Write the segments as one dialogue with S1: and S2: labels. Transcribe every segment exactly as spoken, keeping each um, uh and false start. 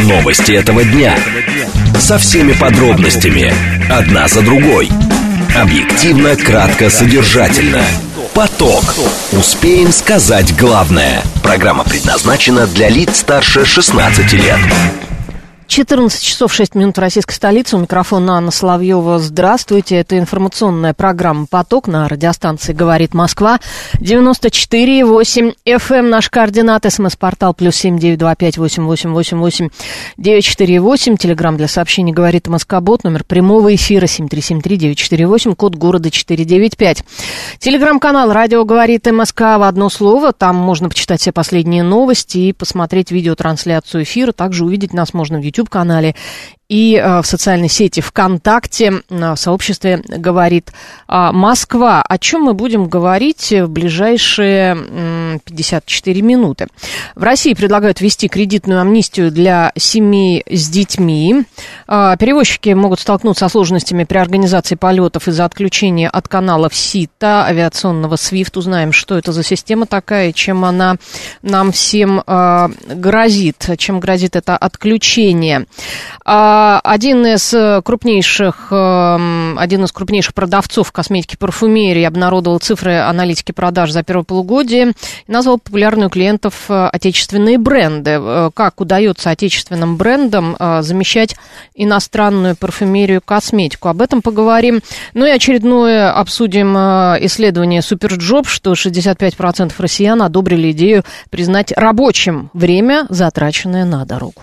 S1: Новости этого дня. Со всеми подробностями. Одна за другой. Объективно, кратко, содержательно. Поток. Успеем сказать главное. Программа предназначена для лиц старше шестнадцати лет.
S2: четырнадцать часов шесть минут в российской столице. У микрофона Анна Соловьева. Здравствуйте. Это информационная программа «Поток» на радиостанции «Говорит Москва». девяносто четыре и восемь эф эм. Наш координат. СМС-портал плюс семь девять два пять восемь восемь восемь восемь девять четыре восемь. Телеграмм для сообщений «Говорит Москобот». Номер прямого эфира семь три семь три девять четыре восемь. Код города четыре девять пять. Телеграм-канал «Радио говорит МСК» в одно слово. Там можно почитать все последние новости и посмотреть видеотрансляцию эфира. Также увидеть нас можно в YouTube-канале и э, в социальной сети ВКонтакте, э, в сообществе «Говорит э, Москва». О чем мы будем говорить в ближайшие э, пятьдесят четыре минуты. В России предлагают ввести кредитную амнистию для семей с детьми. Э, перевозчики могут столкнуться со сложностями при организации полетов из-за отключения от каналов СИТа, авиационного свифт. Узнаем, что это за система такая, чем она нам всем э, грозит, чем грозит это отключение. Один из крупнейших, один из крупнейших продавцов косметики и парфюмерии обнародовал цифры аналитики продаж за первое полугодие и назвал популярные у клиентов отечественные бренды. Как удается отечественным брендам замещать иностранную парфюмерию, косметику? Об этом поговорим. Ну и очередное обсудим исследование Суперджоп, что шестьдесят пять процентов россиян одобрили идею признать рабочим время, затраченное на дорогу.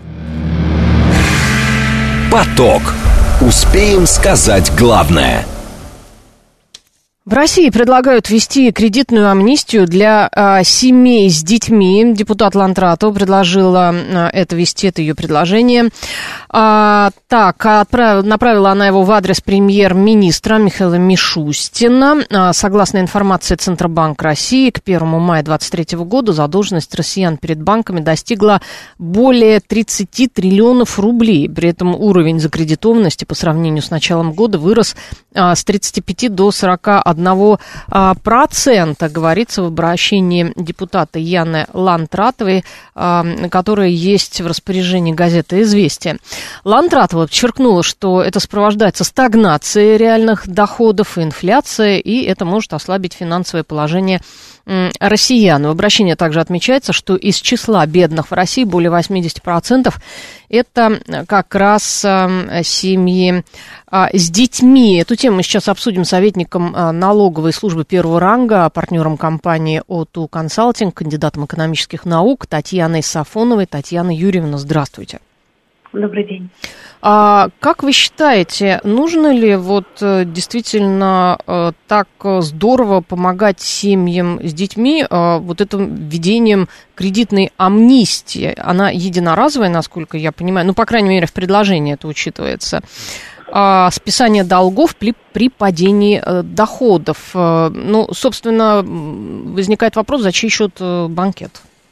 S1: Поток. Успеем сказать главное.
S2: В России предлагают ввести кредитную амнистию для а, семей с детьми. Депутат Лантратова предложила а, это ввести, это ее предложение. А, так, отправ, направила она его в адрес премьер-министра Михаила Мишустина. А, согласно информации Центробанка России, к первому мая две тысячи двадцать третьего года задолженность россиян перед банками достигла более тридцать триллионов рублей. При этом уровень закредитованности по сравнению с началом года вырос а, с тридцати пяти до сорока одного процента, говорится в обращении депутата Яны Лантратовой, которая есть в распоряжении газеты «Известия». Лантратова подчеркнула, что это сопровождается стагнацией реальных доходов и инфляцией, и это может ослабить финансовое положение россиян. В обращении также отмечается, что из числа бедных в России более восемьдесят процентов это как раз семьи с детьми. Эту тему мы сейчас обсудим с советником налоговой службы первого ранга, партнером компании о ту Консалтинг, кандидатом экономических наук Татьяной Сафоновой. Татьяна Юрьевна, здравствуйте.
S3: Добрый день.
S2: А как вы считаете, нужно ли вот действительно так здорово помогать семьям с детьми вот этим введением кредитной амнистии? Она единоразовая, насколько я понимаю, ну, по крайней мере, в предложении это учитывается. А списание долгов при, при падении доходов. Ну, собственно, возникает вопрос, за чей счет банкет?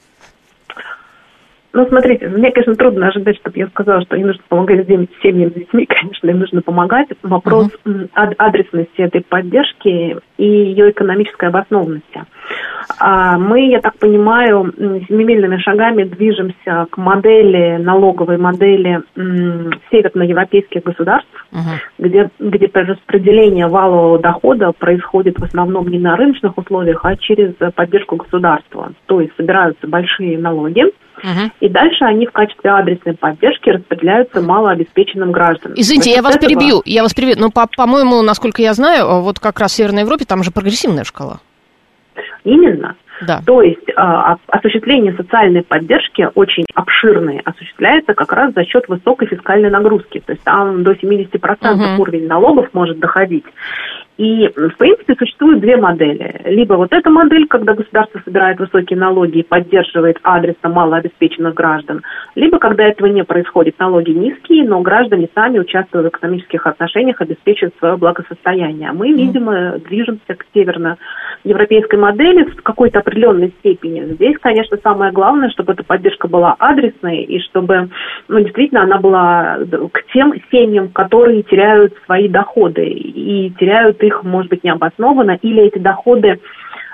S3: Ну, смотрите, мне, конечно, трудно ожидать, чтобы я сказала, что не нужно помогать семьям с детьми. Конечно, им нужно помогать. Вопрос uh-huh. адресности этой поддержки и ее экономической обоснованности. Мы, я так понимаю, семимильными шагами движемся к модели, налоговой модели северноевропейских государств, uh-huh. где, где распределение валового дохода происходит в основном не на рыночных условиях, а через поддержку государства. То есть собираются большие налоги, Uh-huh. и дальше они в качестве адресной поддержки распределяются малообеспеченным гражданам.
S2: Извините, я вас этого... перебью, я вас перебью, но, по- по-моему, насколько я знаю, вот как раз в Северной Европе там же прогрессивная шкала.
S3: Именно.
S2: Да.
S3: То есть э, осуществление социальной поддержки очень обширное осуществляется как раз за счет высокой фискальной нагрузки. То есть там до семьдесят процентов uh-huh. уровень налогов может доходить. И, в принципе, существуют две модели. Либо вот эта модель, когда государство собирает высокие налоги и поддерживает адресно малообеспеченных граждан, либо когда этого не происходит, налоги низкие, но граждане сами, участвуя в экономических отношениях, обеспечивают свое благосостояние. Мы, видимо, движемся к северноевропейской модели в какой-то определенной степени. Здесь, конечно, самое главное, чтобы эта поддержка была адресной и чтобы, ну, действительно она была к тем семьям, которые теряют свои доходы и теряют их, может быть, необоснованно, или эти доходы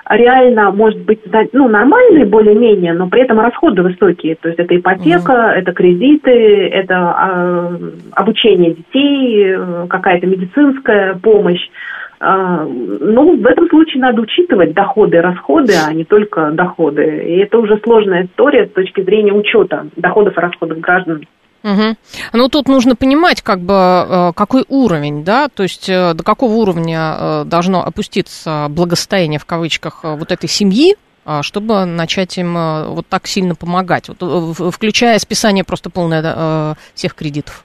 S3: реально, может быть, ну, нормальные более-менее, но при этом расходы высокие. То есть это ипотека, mm-hmm. это кредиты, это а, обучение детей, какая-то медицинская помощь. А, ну, в этом случае надо учитывать доходы и расходы, а не только доходы. И это уже сложная история с точки зрения учета доходов и расходов граждан.
S2: Угу. Ну, тут нужно понимать, как бы, какой уровень, да, то есть до какого уровня должно опуститься благосостояние, в кавычках, вот этой семьи, чтобы начать им вот так сильно помогать, вот, включая списание просто полное всех кредитов.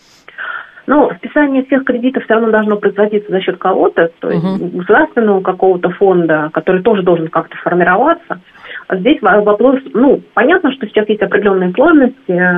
S3: Ну, списание всех кредитов все равно должно производиться за счет кого-то, то есть угу. государственного какого-то фонда, который тоже должен как-то формироваться. Здесь вопрос, ну, понятно, что сейчас есть определенные сложности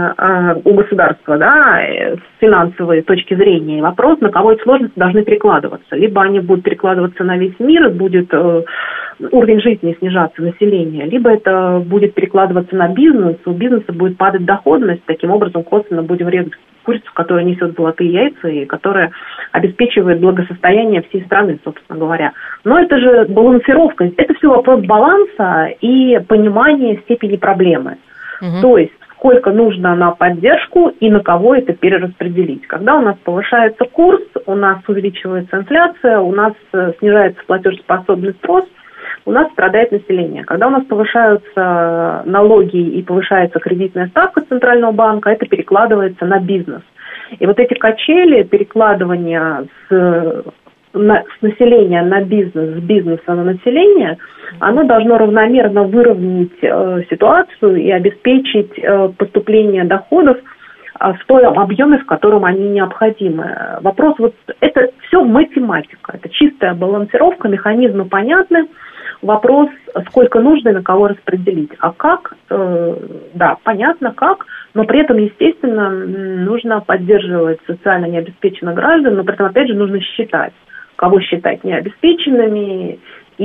S3: э, у государства, да, с финансовой точки зрения. И вопрос, на кого эти сложности должны перекладываться. Либо они будут перекладываться на весь мир, и будет э, уровень жизни снижаться населения, либо это будет перекладываться на бизнес, у бизнеса будет падать доходность, таким образом косвенно будем резать курицу, которая несет золотые яйца и которая обеспечивает благосостояние всей страны, собственно говоря. Но это же балансировка, это все вопрос баланса и понимания степени проблемы. Угу. То есть сколько нужно на поддержку и на кого это перераспределить. Когда у нас повышается курс, у нас увеличивается инфляция, у нас снижается платежеспособный спрос, у нас страдает население. Когда у нас повышаются налоги и повышается кредитная ставка Центрального банка, это перекладывается на бизнес. И вот эти качели, перекладывания с, на, с населения на бизнес, с бизнеса на население, оно должно равномерно выровнять э, ситуацию и обеспечить э, поступление доходов э, в том объеме, в котором они необходимы. Вопрос, вот это все математика, это чистая балансировка, механизмы понятны. Вопрос, сколько нужно и на кого распределить. А как? Э, да, понятно как, но при этом, естественно, нужно поддерживать социально необеспеченных граждан, но при этом, опять же, нужно считать, кого считать необеспеченными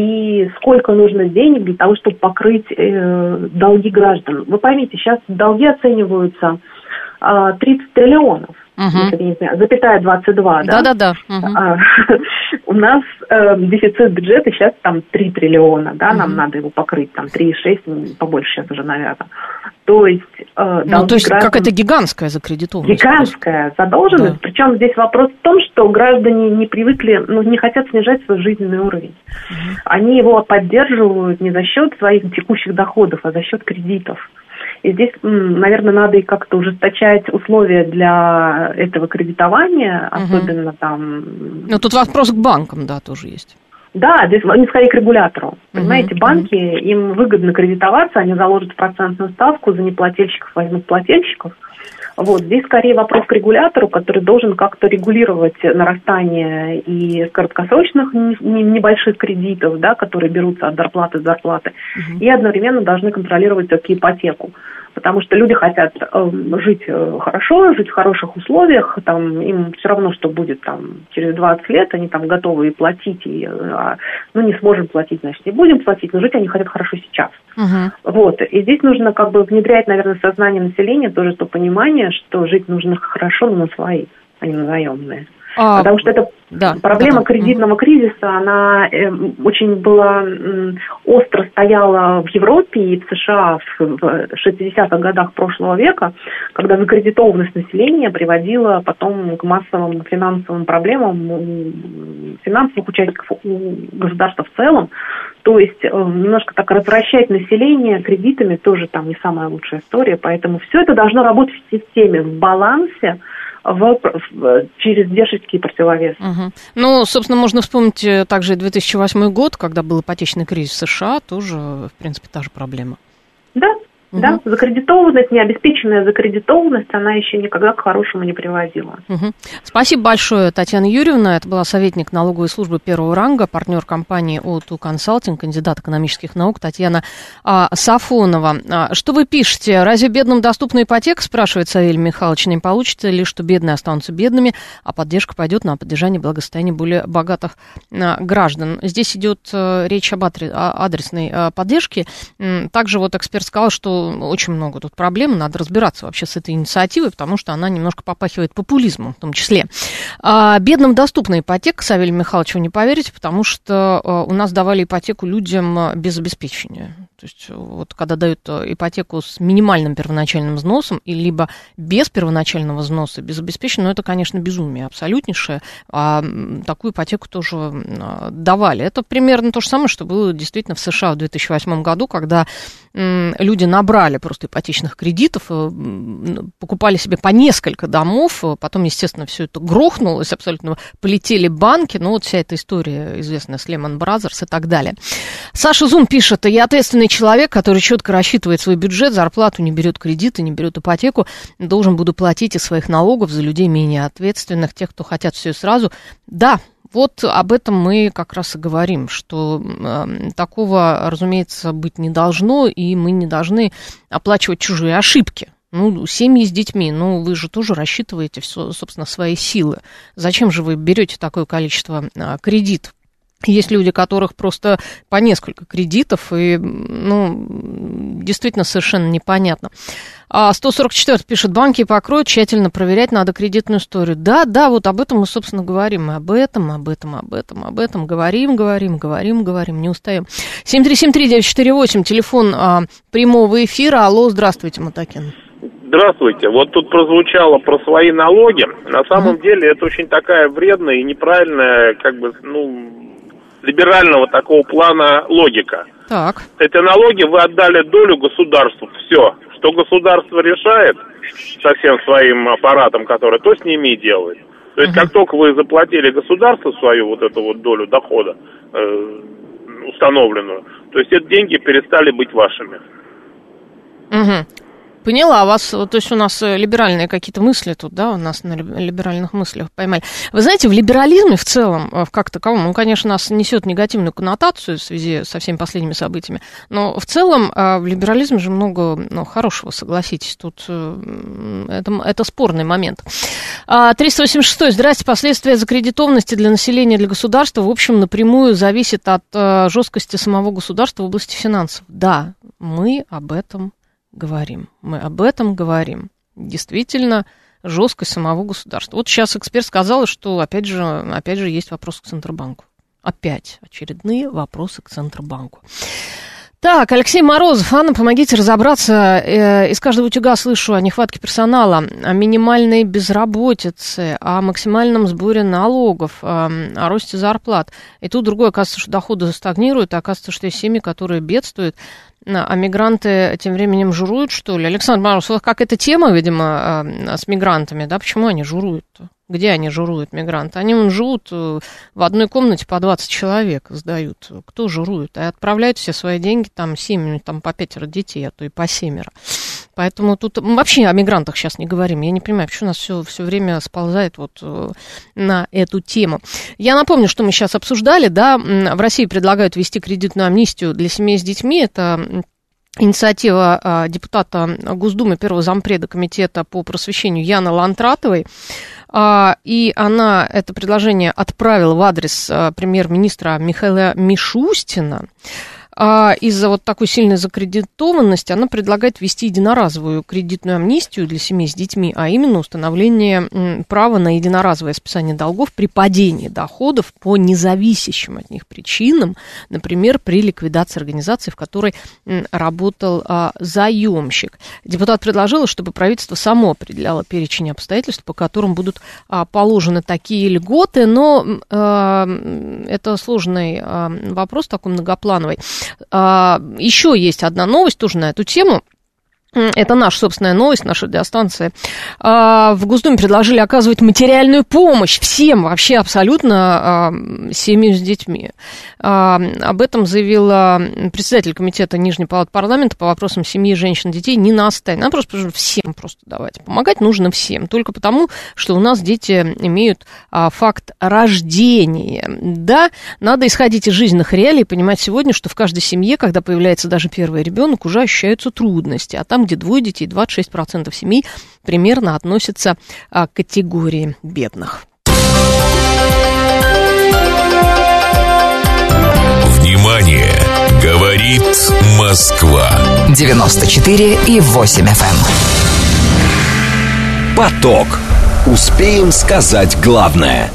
S3: и сколько нужно денег для того, чтобы покрыть э, долги граждан. Вы поймите, сейчас долги оцениваются э, тридцать триллионов. Uh-huh. Запятая двадцать два, да?
S2: Да-да-да. Uh-huh.
S3: А, у нас э, дефицит бюджета сейчас там три триллиона, да, uh-huh. нам надо его покрыть, там три и шесть, побольше сейчас уже, наверное. То есть... Э,
S2: ну, то есть граждан... какая-то гигантская закредитованность.
S3: Гигантская задолженность, да. Причем здесь вопрос в том, что граждане не привыкли, ну, не хотят снижать свой жизненный уровень. Uh-huh. Они его поддерживают не за счет своих текущих доходов, а за счет кредитов. И здесь, наверное, надо и как-то ужесточать условия для этого кредитования, угу. особенно там...
S2: Ну, тут вопрос к банкам, да, тоже есть.
S3: Да, здесь не скорее к регулятору. Понимаете, угу. банки, им выгодно кредитоваться, они заложат процентную ставку, за неплательщиков возьмут плательщиков. Вот, здесь скорее вопрос к регулятору, который должен как-то регулировать нарастание и краткосрочных небольших кредитов, да, которые берутся от зарплаты до зарплаты, угу. и одновременно должны контролировать все-таки ипотеку. Потому что люди хотят э, жить хорошо, жить в хороших условиях, там, им все равно, что будет там, через двадцать лет, они там готовы и платить, и, а, ну, не сможем платить, значит, не будем платить, но жить они хотят хорошо сейчас. Uh-huh. Вот, и здесь нужно как бы внедрять, наверное, в сознание населения тоже то понимание, что жить нужно хорошо, но на свои, а не на наемные. А, Потому что это да, проблема да, да. кредитного кризиса, она э, очень была э, остро стояла в Европе и в США в шестидесятых годах прошлого века, когда закредитованность населения приводила потом к массовым финансовым проблемам финансовых участников у государства в целом. То есть э, немножко так развращать население кредитами тоже там не самая лучшая история, поэтому все это должно работать в системе, в балансе, В, в, через держащие противовесы.
S2: Угу. Ну, собственно, можно вспомнить также и две тысячи восьмой год, когда был ипотечный кризис в США, тоже, в принципе, та же проблема.
S3: Да, угу. да, закредитованность, необеспеченная закредитованность, она еще никогда к хорошему не приводила.
S2: Угу. Спасибо большое, Татьяна Юрьевна. Это была советник налоговой службы первого ранга, партнер компании о ту Consulting, кандидат экономических наук Татьяна а, Сафонова. А, что вы пишете? Разве бедным доступна ипотека, спрашивает Савелий Михайлович. Не получится ли, что бедные останутся бедными, а поддержка пойдет на поддержание благосостояния более богатых а, граждан? Здесь идет а, речь об адресной а, поддержке. Также вот эксперт сказал, что очень много тут проблем, надо разбираться вообще с этой инициативой, потому что она немножко попахивает популизмом в том числе. А, бедным доступна ипотека, Савелий Михайлович, вы не поверите, потому что а, у нас давали ипотеку людям без обеспечения. То есть вот когда дают ипотеку с минимальным первоначальным взносом, и либо без первоначального взноса, без обеспечения, ну, это, конечно, безумие абсолютнейшее. А такую ипотеку тоже давали. Это примерно то же самое, что было действительно в США в две тысячи восьмом году, когда м, люди набрали просто ипотечных кредитов, покупали себе по несколько домов, потом, естественно, все это грохнулось, абсолютно полетели банки, ну, вот вся эта история известная с Lehman Brothers и так далее. Саша Зум пишет: я ответственный человек, который четко рассчитывает свой бюджет, зарплату, не берет кредиты, не берет ипотеку, должен буду платить из своих налогов за людей менее ответственных, тех, кто хотят все сразу. Да, вот об этом мы как раз и говорим, что э, такого, разумеется, быть не должно, и мы не должны оплачивать чужие ошибки. Ну, семьи с детьми, ну, вы же тоже рассчитываете, все, собственно, свои силы. Зачем же вы берете такое количество э, кредитов? Есть люди, которых просто по несколько кредитов, и, ну, действительно совершенно непонятно. А сто сорок четыре пишет: банки покроют, тщательно проверять надо кредитную историю. Да, да, вот об этом мы, собственно, говорим. Мы об этом, об этом, об этом, об этом говорим, говорим, говорим, говорим, не устаем. семь три семь три девять четыре восемь, телефон а, прямого эфира. Алло, здравствуйте, Мотакин.
S4: Здравствуйте. Вот тут прозвучало про свои налоги. На самом mm-hmm. деле это очень такая вредная и неправильная, как бы, ну... либерального такого плана логика.
S2: Так.
S4: Эти налоги вы отдали долю государству. Все. Что государство решает со всем своим аппаратом, который, то с ними и делает. То есть, uh-huh. как только вы заплатили государству свою вот эту вот долю дохода э, установленную, то есть эти деньги перестали быть вашими.
S2: Угу. Поняла вас, то есть у нас либеральные какие-то мысли тут, да, у нас на либеральных мыслях поймали. Вы знаете, в либерализме в целом, как таковом, он, конечно, нас несет негативную коннотацию в связи со всеми последними событиями, но в целом в либерализме же много, ну, хорошего, согласитесь, тут это, это спорный момент. триста восемьдесят шесть. Здрасте. Последствия закредитованности для населения, для государства, в общем, напрямую зависит от жесткости самого государства в области финансов. Да, мы об этом говорим. Мы об этом говорим. Действительно, жесткость самого государства. Вот сейчас эксперт сказал, что, опять же, опять же, есть вопрос к Центробанку. Опять очередные вопросы к Центробанку. Так, Алексей Морозов. Анна, помогите разобраться. Из каждого утюга слышу о нехватке персонала, о минимальной безработице, о максимальном сборе налогов, о росте зарплат. И тут другое, оказывается, что доходы стагнируют, и оказывается, что есть семьи, которые бедствуют, а мигранты тем временем жируют, что ли? Александр Морозов, как эта тема, видимо, с мигрантами, да? Почему они жируют-то? Где они жируют, мигранты? Они вон, живут в одной комнате по двадцать человек, сдают. Кто жирует? А отправляют все свои деньги, там, семьями, там, по пятеро детей, а то и по семеро. Поэтому тут мы вообще о мигрантах сейчас не говорим. Я не понимаю, почему у нас все, все время сползает вот на эту тему. Я напомню, что мы сейчас обсуждали, да, в России предлагают ввести кредитную амнистию для семей с детьми. Это инициатива депутата Госдумы, первого зампреда комитета по просвещению Яны Лантратовой. И она это предложение отправила в адрес премьер-министра Михаила Мишустина. Из-за вот такой сильной закредитованности она предлагает ввести единоразовую кредитную амнистию для семей с детьми, а именно установление права на единоразовое списание долгов при падении доходов по независящим от них причинам, например, при ликвидации организации, в которой работал а, заемщик. Депутат предложила, чтобы правительство само определяло перечень обстоятельств, по которым будут а, положены такие льготы, но а, это сложный а, вопрос, такой многоплановый. Еще есть одна новость тоже на эту тему. Это наша собственная новость, наша радиостанция. В Госдуме предложили оказывать материальную помощь всем, вообще абсолютно семьям с детьми. Об этом заявила председатель комитета Нижней палаты парламента по вопросам семьи, женщин, детей Нина Остайна. Она просто всем просто давайте. Помогать нужно всем, только потому, что у нас дети имеют факт рождения. Да, надо исходить из жизненных реалий и понимать сегодня, что в каждой семье, когда появляется даже первый ребенок, уже ощущаются трудности. А там, где двое детей, двадцать шесть процентов семей примерно относятся а, к категории бедных.
S1: Внимание! Говорит
S5: Говорит Москва.
S6: девяносто четыре и восемь эф эм.
S1: Поток. Успеем сказать главное.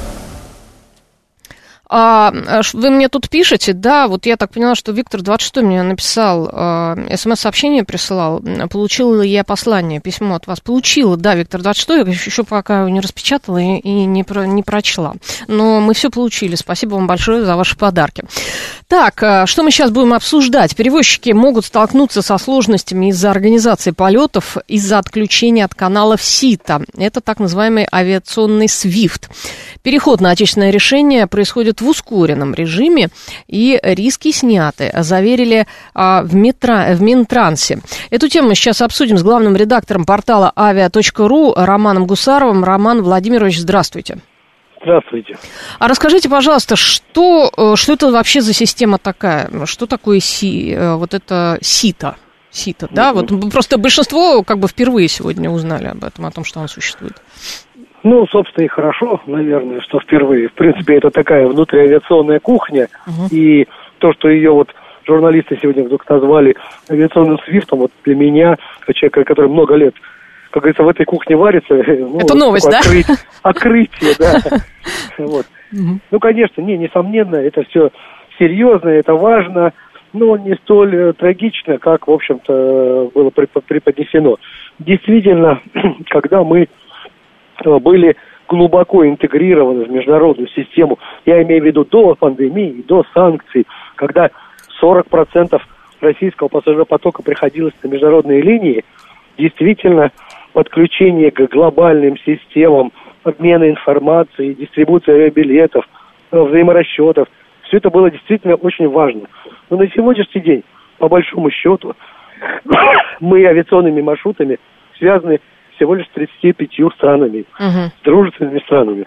S2: А, вы мне тут пишете, да, вот я так поняла, что Виктор двадцать шестой мне написал, а, смс-сообщение присылал, получила ли я послание, письмо от вас. Получила, да, Виктор двадцать шестой, я еще пока его не распечатала и, и не, про, не прочла. Но мы все получили, спасибо вам большое за ваши подарки. Так, что мы сейчас будем обсуждать? Перевозчики могут столкнуться со сложностями из-за организации полетов, из-за отключения от каналов СИТа. Это так называемый авиационный свифт. Переход на отечественное решение происходит в ускоренном режиме, и риски сняты, заверили а, в, метро, в Минтрансе. Эту тему мы сейчас обсудим с главным редактором портала авиа точка ру Романом Гусаровым. Роман Владимирович, здравствуйте.
S7: Здравствуйте.
S2: А расскажите, пожалуйста, что, что это вообще за система такая? Что такое си, вот это СИТа? СИТа, да? Вот просто большинство как бы впервые сегодня узнали об этом, о том, что он существует.
S7: Ну, собственно, и хорошо, наверное, что впервые. В принципе, это такая внутриавиационная кухня, uh-huh. и то, что ее вот журналисты сегодня вдруг назвали авиационным свифтом, вот для меня, человека, который много лет, как говорится, в этой кухне варится. Ну,
S2: это новость, да?
S7: Открыть, открытие, да. Вот. Uh-huh. Ну, конечно, не, несомненно, это все серьезно, это важно, но не столь трагично, как, в общем-то, было преподнесено. Действительно, когда мы были глубоко интегрированы в международную систему, я имею в виду до пандемии, до санкций, когда сорок процентов российского пассажиропотока приходилось на международные линии, действительно подключение к глобальным системам обмена информацией, дистрибуции авиабилетов, взаиморасчетов, все это было действительно очень важно. Но на сегодняшний день, по большому счету, мы авиационными маршрутами связаны всего лишь с тридцатью пятью странами, uh-huh. с дружественными странами.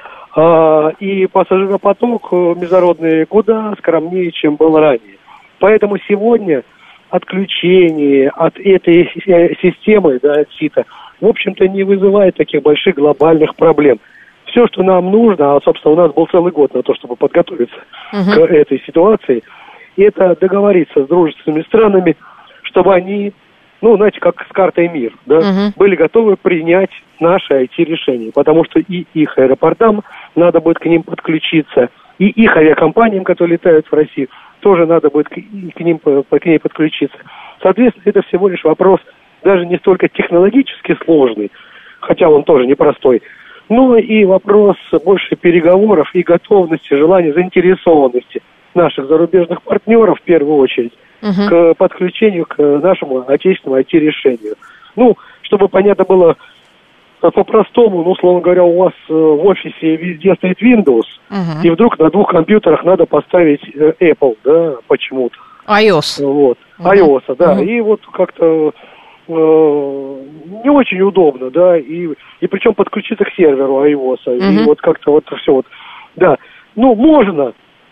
S7: А, и пассажиропоток международный куда скромнее, чем был ранее. Поэтому сегодня отключение от этой системы, да, от СИТа, в общем-то, не вызывает таких больших глобальных проблем. Все, что нам нужно, а, собственно, у нас был целый год на то, чтобы подготовиться uh-huh. к этой ситуации, это договориться с дружественными странами, чтобы они, ну, знаете, как с картой МИР, да, uh-huh. были готовы принять наши ай ти-решения, потому что и их аэропортам надо будет к ним подключиться, и их авиакомпаниям, которые летают в Россию, тоже надо будет к, к ним к ней подключиться. Соответственно, это всего лишь вопрос даже не столько технологически сложный, хотя он тоже непростой, но и вопрос больше переговоров и готовности, желания, заинтересованности наших зарубежных партнеров в первую очередь uh-huh. к подключению к нашему отечественному ай ти-решению. Ну, чтобы понятно было по-простому, ну, условно говоря, у вас в офисе везде стоит Windows, uh-huh. и вдруг на двух компьютерах надо поставить Apple, да, почему-то.
S2: iOS.
S7: Вот, uh-huh. iOS, да, uh-huh. и вот как-то э, не очень удобно, да, и, и причем подключиться к серверу iOS, uh-huh. и вот как-то вот все вот, да, ну, можно.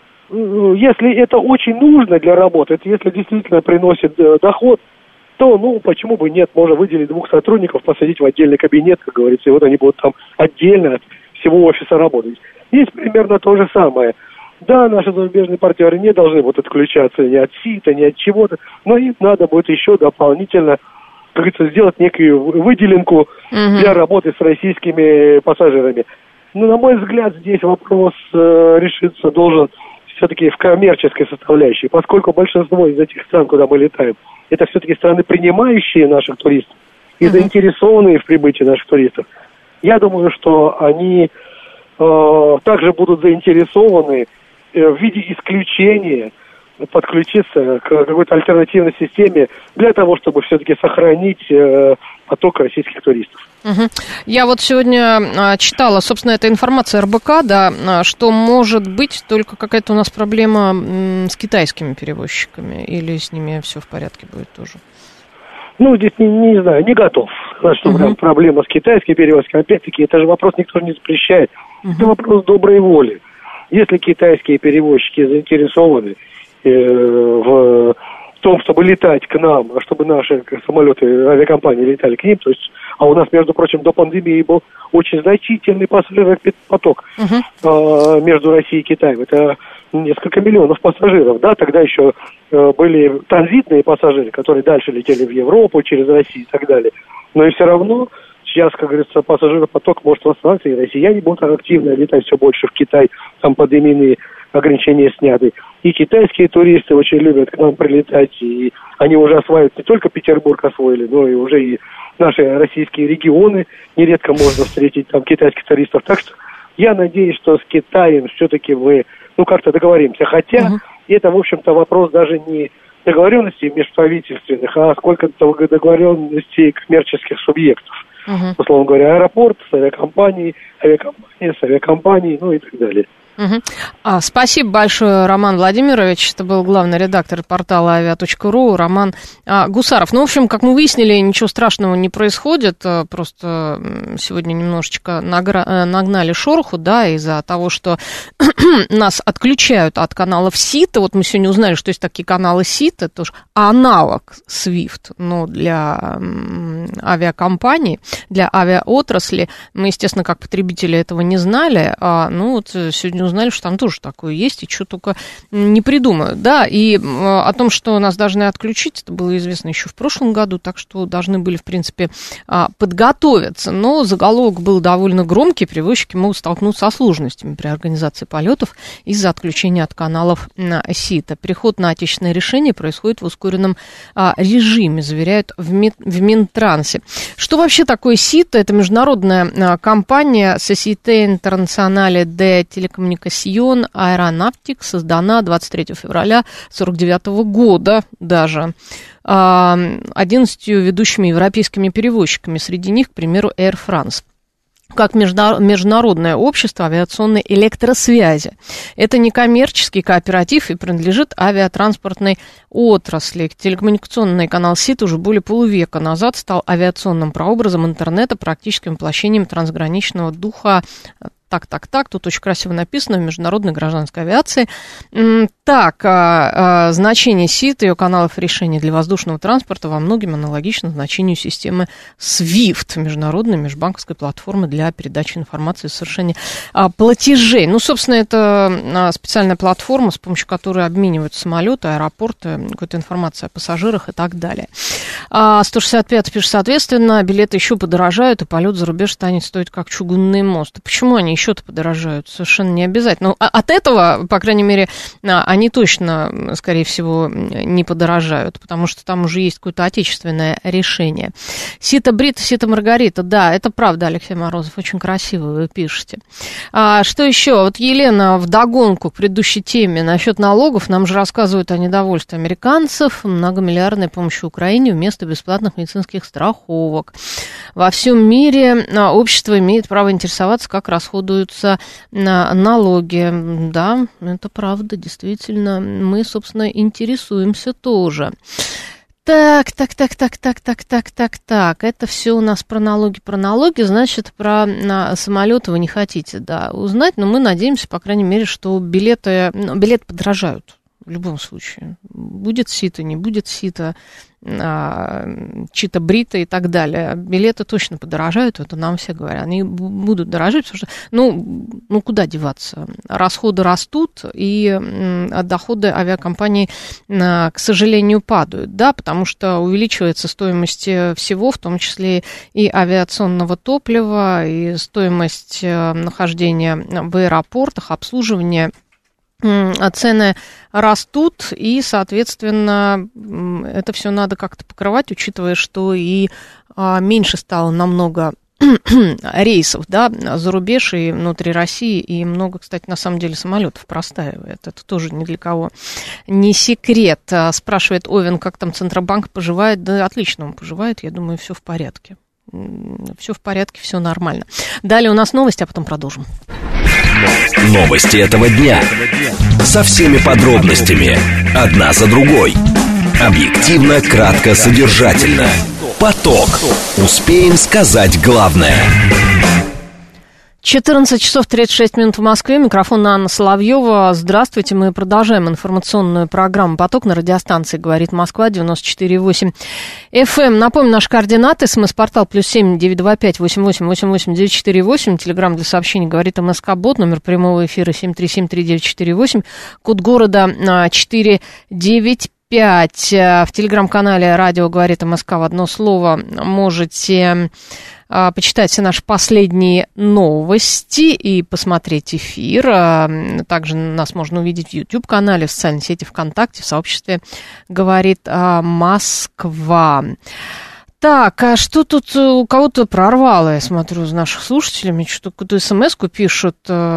S7: Если это очень нужно для работы, это если действительно приносит э, доход, то, ну, почему бы нет, можно выделить двух сотрудников, посадить в отдельный кабинет, как говорится, и вот они будут там отдельно от всего офиса работать. Здесь примерно то же самое. Да, наши зарубежные партнеры не должны вот отключаться ни от СИТа, ни от чего-то, но им надо будет еще дополнительно, как говорится, сделать некую выделенку uh-huh. для работы с российскими пассажирами. Ну, на мой взгляд, здесь вопрос э, решиться должен все-таки в коммерческой составляющей, поскольку большинство из этих стран, куда мы летаем, это все-таки страны, принимающие наших туристов и uh-huh. заинтересованные в прибытии наших туристов. Я думаю, что они э, также будут заинтересованы э, в виде исключения подключиться к какой-то альтернативной системе для того, чтобы все-таки сохранить э, поток российских туристов.
S2: Угу. Я вот сегодня а, читала, собственно, эта информация эр бэ ка, да, а, что может быть только какая-то у нас проблема м, с китайскими перевозчиками, или с ними все в порядке будет тоже?
S7: Ну, здесь не, не знаю, не готов. Что угу. проблема с китайскими перевозками, опять-таки, это же вопрос никто не запрещает. Угу. Это вопрос доброй воли. Если китайские перевозчики заинтересованы э, в том, чтобы летать к нам, а чтобы наши самолеты, авиакомпании летали к ним, то есть, а у нас, между прочим, до пандемии был очень значительный пассажиропоток uh-huh. э, между Россией и Китаем. Это несколько миллионов пассажиров. Да, тогда еще э, были транзитные пассажиры, которые дальше летели в Европу, через Россию и так далее. Но и все равно сейчас, как говорится, пассажиропоток может восстановиться, и россияне будут активно летать все больше в Китай, там пандемийные ограничения сняты. И китайские туристы очень любят к нам прилетать, и они уже осваивают, не только Петербург освоили, но и уже и наши российские регионы. Нередко можно встретить там китайских туристов. Так что я надеюсь, что с Китаем все-таки мы, ну, как-то договоримся. Хотя uh-huh. это, в общем-то, вопрос даже не договоренностей межправительственных, а сколько-то договоренностей коммерческих субъектов. Uh-huh. Условно говоря, аэропорт с авиакомпанией, авиакомпания с авиакомпанией, ну и так далее.
S2: Угу. А, спасибо большое, Роман Владимирович. Это был главный редактор портала авиа точка ру Роман а, Гусаров. Ну, в общем, как мы выяснили, ничего страшного не происходит. Просто сегодня немножечко награ... нагнали шороху, да, из-за того, что нас отключают от каналов СИТа. Вот мы сегодня узнали, что есть такие каналы СИТа, это тоже аналог свифт, но для авиакомпаний, для авиаотрасли. Мы, естественно, как потребители этого не знали. А, ну, вот сегодня узнали, что там тоже такое есть, и что только не придумают. Да, и о том, что нас должны отключить, это было известно еще в прошлом году, так что должны были, в принципе, подготовиться. Но заголовок был довольно громкий, перевозчики могут столкнуться со сложностями при организации полетов из-за отключения от каналов СИТа. Переход на отечественное решение происходит в ускоренном режиме, заверяют в Минтрансе. Что вообще такое СИТа? Это международная компания Société Internationale de Télécommunications Aéronautique, создана двадцать третьего февраля сорок девятого года даже одиннадцатью ведущими европейскими перевозчиками, среди них, к примеру, Air France, как международное общество авиационной электросвязи. Это некоммерческий кооператив и принадлежит авиатранспортной отрасли. Телекоммуникационный канал СИТа уже более полувека назад стал авиационным прообразом интернета, практическим воплощением трансграничного духа. Так, так, так, тут очень красиво написано в международной гражданской авиации. Так, а, а, значение СИТа и ее каналов решений для воздушного транспорта во многом аналогично значению системы свифт, международной межбанковской платформы для передачи информации и совершения а, платежей. Ну, собственно, это а, специальная платформа, с помощью которой обменивают самолеты, аэропорты, какой-то информацией о пассажирах и так далее. А, сто шестьдесят пять пишет, соответственно, билеты еще подорожают, и полет за рубеж станет стоить как чугунный мост. Почему они еще-то подорожают? Совершенно не обязательно. Ну, от этого, по крайней мере, они точно, скорее всего, не подорожают, потому что там уже есть какое-то отечественное решение. Сита Брита, Сита Маргарита, да, это правда, Алексей Морозов, очень красиво вы пишете. А, что еще? Вот Елена вдогонку к предыдущей теме насчет налогов нам же рассказывают о недовольстве американцев многомиллиардной помощи Украине вместо бесплатных медицинских страховок. Во всем мире общество имеет право интересоваться, как расходуются налоги. Да, это правда, действительно. Мы, собственно, интересуемся тоже. Так, так, так, так, так, так, так, так, так. Это все у нас про налоги, про налоги. Значит, про самолеты вы не хотите, да, узнать, но мы надеемся, по крайней мере, что билеты, ну, билеты подорожают. В любом случае. Будет СИТа, не будет СИТа, а, чита Брита и так далее. Билеты точно подорожают, это нам все говорят. Они будут дорожать, потому что, ну, ну куда деваться? Расходы растут, и м, доходы авиакомпаний, а, к сожалению, падают, да, потому что увеличивается стоимость всего, в том числе и авиационного топлива, и стоимость а, нахождения в аэропортах, обслуживания. Цены растут, и, соответственно, это все надо как-то покрывать, учитывая, что и меньше стало намного рейсов, да, за рубеж и внутри России, и много, кстати, на самом деле самолетов простаивает. Это тоже ни для кого не секрет. Спрашивает Овен, как там Центробанк поживает. Да, отлично он поживает, я думаю, все в порядке. Все в порядке, все нормально. Далее у нас новости, а потом продолжим.
S1: Новости этого дня. Со всеми подробностями. Одна за другой. Объективно, кратко, содержательно. Поток. Успеем сказать главное.
S2: четырнадцать часов тридцать шесть минут в Москве. Микрофон Анна Соловьева. Здравствуйте. Мы продолжаем информационную программу «Поток» на радиостанции «Говорит Москва» девяносто четыре и восемь эф эм. Напомню, наши координаты. СМС-портал плюс семь девятьсот двадцать пять восемьдесят восемь восемьдесят восемь девятьсот сорок восемь. Телеграмм для сообщений «Говорит МСК-бот». Номер прямого эфира семь три семь три девять четыре восемь. Код города четыре девять пять. В телеграм-канале «Радио говорит МСК» в одно слово можете почитать все наши последние новости и посмотреть эфир. Также нас можно увидеть в YouTube-канале, в социальной сети ВКонтакте, в сообществе «Говорит Москва». Так, а что тут у кого-то прорвало, я смотрю, из наших слушателей? Мне что-то какую-то смс-ку пишут.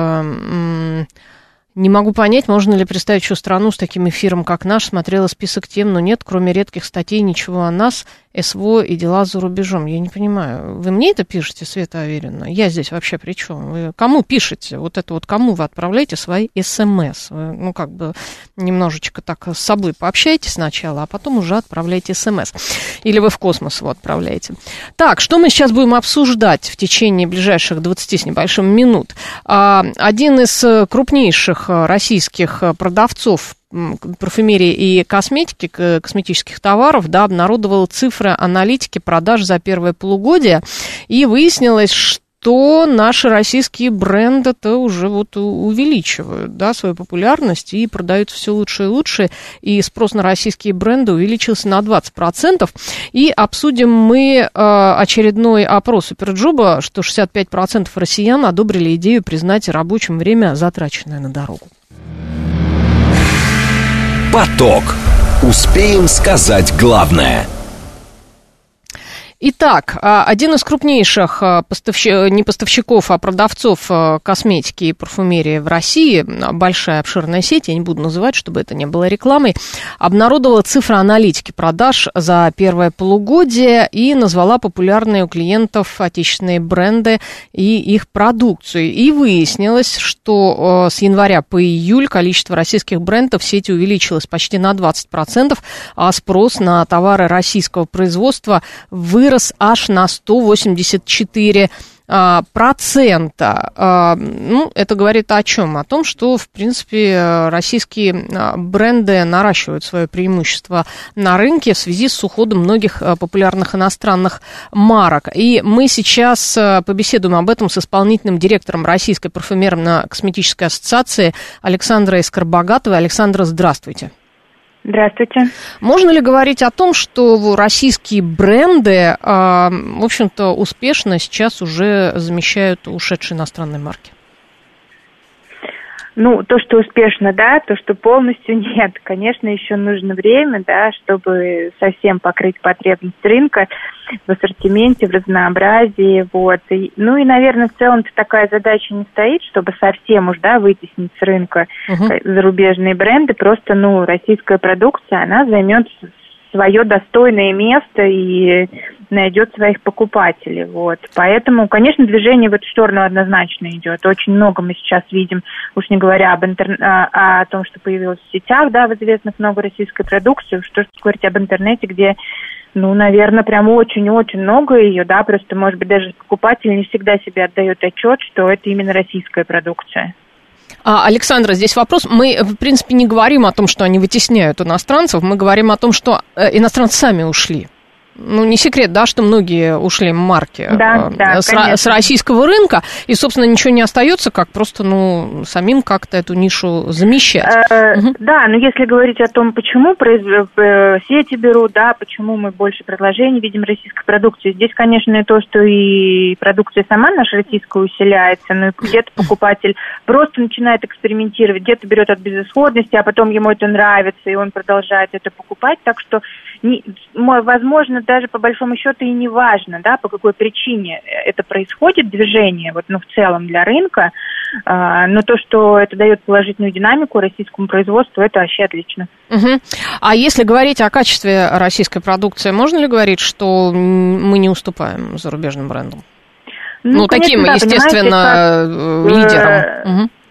S2: Не могу понять, можно ли представить еще страну с таким эфиром, как наш. Смотрела список тем, но нет, кроме редких статей, ничего о нас, СВО и дела за рубежом. Я не понимаю, вы мне это пишете, Света Аверина? Я здесь вообще при чем? Вы кому пишете? Вот это вот кому вы отправляете свои СМС? Вы, ну, как бы немножечко так с собой пообщайтесь сначала, а потом уже отправляйте СМС. Или вы в космос его отправляете. Так, что мы сейчас будем обсуждать в течение ближайших двадцати с небольшим минут? Один из крупнейших российских продавцов парфюмерии и косметики, косметических товаров, да, обнародовал цифры аналитики продаж за первое полугодие, и выяснилось, что наши российские бренды-то уже вот увеличивают, да, свою популярность и продают все лучше и лучше, и спрос на российские бренды увеличился на двадцать процентов. И обсудим мы э, очередной опрос Суперджоба, что шестьдесят пять процентов россиян одобрили идею признать рабочим время, затраченное на дорогу.
S1: Поток. Успеем сказать главное.
S2: Итак, один из крупнейших поставщиков, не поставщиков, а продавцов косметики и парфюмерии в России, большая обширная сеть, я не буду называть, чтобы это не было рекламой, обнародовала цифры аналитики продаж за первое полугодие и назвала популярные у клиентов отечественные бренды и их продукцию. И выяснилось, что с января по июль количество российских брендов в сети увеличилось почти на двадцать процентов, а спрос на товары российского производства вырос вырос аж на сто восемьдесят четыре процента. Ну, это говорит о чем? О том, что, в принципе, российские бренды наращивают свое преимущество на рынке в связи с уходом многих популярных иностранных марок. И мы сейчас побеседуем об этом с исполнительным директором Российской парфюмерно-косметической ассоциации Александрой Скоробогатовой. Александра, здравствуйте.
S8: Здравствуйте.
S2: Можно ли говорить о том, что российские бренды, в общем-то, успешно сейчас уже замещают ушедшие иностранные марки?
S8: Ну, то, что успешно, да, то, что полностью нет. Конечно, еще нужно время, да, чтобы совсем покрыть потребность рынка в ассортименте, в разнообразии, вот. И, ну и, наверное, в целом-то такая задача не стоит, чтобы совсем уж, да, вытеснить с рынка uh-huh. зарубежные бренды. Просто, ну, российская продукция, она займет свое достойное место и найдет своих покупателей, вот. Поэтому, конечно, движение в эту сторону однозначно идет. Очень много мы сейчас видим, уж не говоря об интер... о том, что появилось в сетях, да, в известных много российской продукции, что говорить об интернете, где, ну, наверное, прям очень-очень много ее, да, просто, может быть, даже покупатель не всегда себе отдает отчет, что это именно российская продукция.
S2: А, Александра, здесь вопрос. Мы, в принципе, не говорим о том, что они вытесняют иностранцев, мы говорим о том, что иностранцы сами ушли. Ну, не секрет, да, что многие ушли марки
S8: да, да,
S2: с, с российского рынка, и, собственно, ничего не остается, как просто, ну, самим как-то эту нишу замещать.
S8: Э,
S2: угу.
S8: Да, но если говорить о том, почему произ... сети берут, да, почему мы больше предложений видим российской продукции, здесь, конечно, и то, что и продукция сама наша российская усиляется, но где-то покупатель просто начинает экспериментировать, где-то берет от безысходности, а потом ему это нравится, и он продолжает это покупать, так что, не... возможно, даже по большому счету и не важно, да, по какой причине это происходит, движение, вот, ну, в целом для рынка, э, но то, что это дает положительную динамику российскому производству, это вообще отлично.
S2: Угу. А если говорить о качестве российской продукции, можно ли говорить, что мы не уступаем зарубежным брендам? Ну, ну конечно, таким, да, естественно, как, лидерам. Э,
S8: угу.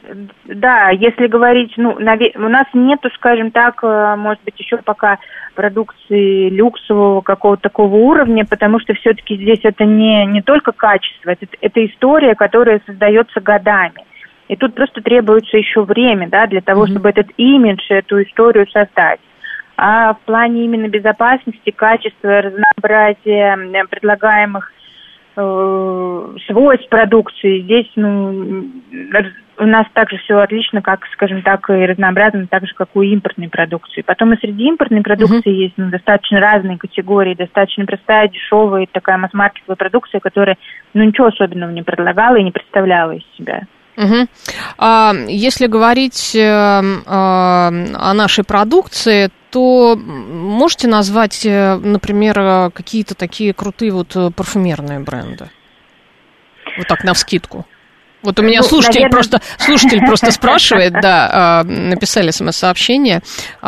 S8: Да, если говорить, ну, наве- у нас нету, скажем так, может быть, еще пока продукции люксового какого-то такого уровня, потому что все-таки здесь это не, не только качество, это, это история, которая создается годами. И тут просто требуется еще время, да, для того, mm-hmm. чтобы этот имидж, эту историю создать. А в плане именно безопасности, качества, разнообразия предлагаемых э, свойств продукции, здесь, ну, у нас также все отлично, как, скажем так, и разнообразно, так же, как у импортной продукции. Потом и среди импортной продукции mm-hmm. есть ну, достаточно разные категории, достаточно простая, дешевая, такая масс-маркетовая продукция, которая, ну, ничего особенного не предлагала и не представляла из себя.
S2: Угу. А если говорить э, э, о нашей продукции, то можете назвать, например, какие-то такие крутые вот парфюмерные бренды? Вот так, навскидку. Вот у меня ну, слушатель, наверное... просто, слушатель просто спрашивает, да, написали смс-сообщение,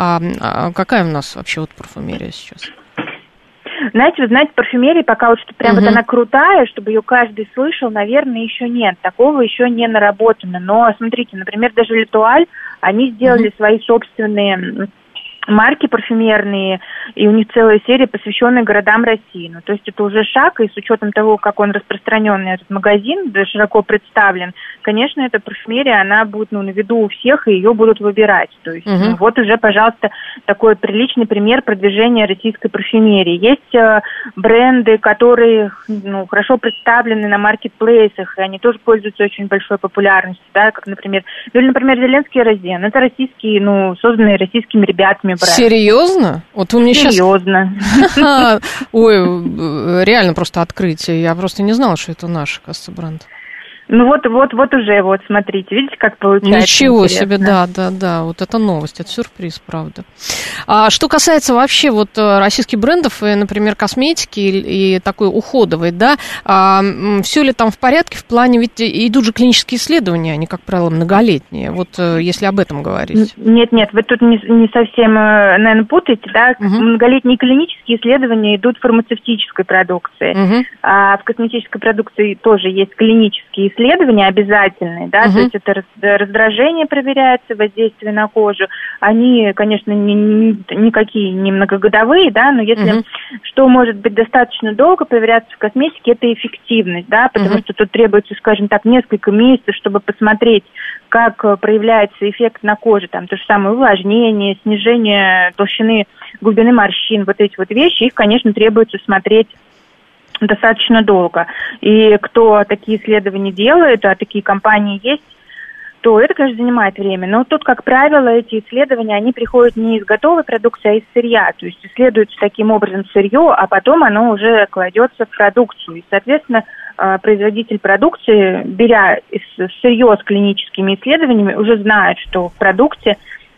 S2: а какая у нас вообще вот парфюмерия сейчас?
S8: Знаете, вы знаете, парфюмерии пока вот что прям uh-huh. вот она крутая, чтобы ее каждый слышал, наверное, еще нет. Такого еще не наработано. Но смотрите, например, даже L'Etoile, они сделали uh-huh. свои собственные марки парфюмерные, и у них целая серия, посвященная городам России. Ну, то есть это уже шаг, и с учетом того, как он распространенный, этот магазин, да, широко представлен, конечно, эта парфюмерия, она будет ну, на виду у всех, и ее будут выбирать. То есть uh-huh. ну, вот уже, пожалуйста, такой приличный пример продвижения российской парфюмерии. Есть э, бренды, которые ну, хорошо представлены на маркетплейсах, и они тоже пользуются очень большой популярностью, да, как, например, или, например, Зеленский Розен. Это российские, ну, созданные российскими ребятами. Брать.
S2: Серьезно? Вот вы мне
S8: Серьезно.
S2: сейчас... Ой, реально просто открытие. Я просто не знала, что это наш, кажется, бренд.
S8: Ну вот, вот, вот уже, вот, смотрите, видите, как получается.
S2: Ничего
S8: интересно.
S2: себе, да, да, да, вот это новость, это сюрприз, правда. А что касается вообще вот российских брендов, и, например, косметики и, и такой уходовой, да, а, все ли там в порядке в плане, ведь идут же клинические исследования, они, как правило, многолетние, вот если об этом говорить.
S8: Нет, нет, вы тут не, не совсем, наверное, путаете, да, угу. Многолетние клинические исследования идут в фармацевтической продукции, угу. а в косметической продукции тоже есть клинические исследования, исследования обязательные, да, uh-huh. то есть это раздражение проверяется, воздействие на кожу. Они, конечно, не, не, никакие не многогодовые, да, но если uh-huh. что может быть достаточно долго проверяться в косметике, это эффективность, да, потому uh-huh. что тут требуется, скажем так, несколько месяцев, чтобы посмотреть, как проявляется эффект на коже, там то же самое увлажнение, снижение толщины, глубины морщин, вот эти вот вещи, их, конечно, требуется смотреть достаточно долго. И кто такие исследования делает, а такие компании есть, то это, конечно, занимает время. Но тут, как правило, эти исследования, они приходят не из готовой продукции, а из сырья. То есть исследуется таким образом сырье, а потом оно уже кладется в продукцию. И, соответственно, производитель продукции, беря сырье с клиническими исследованиями, уже знает, что в продукте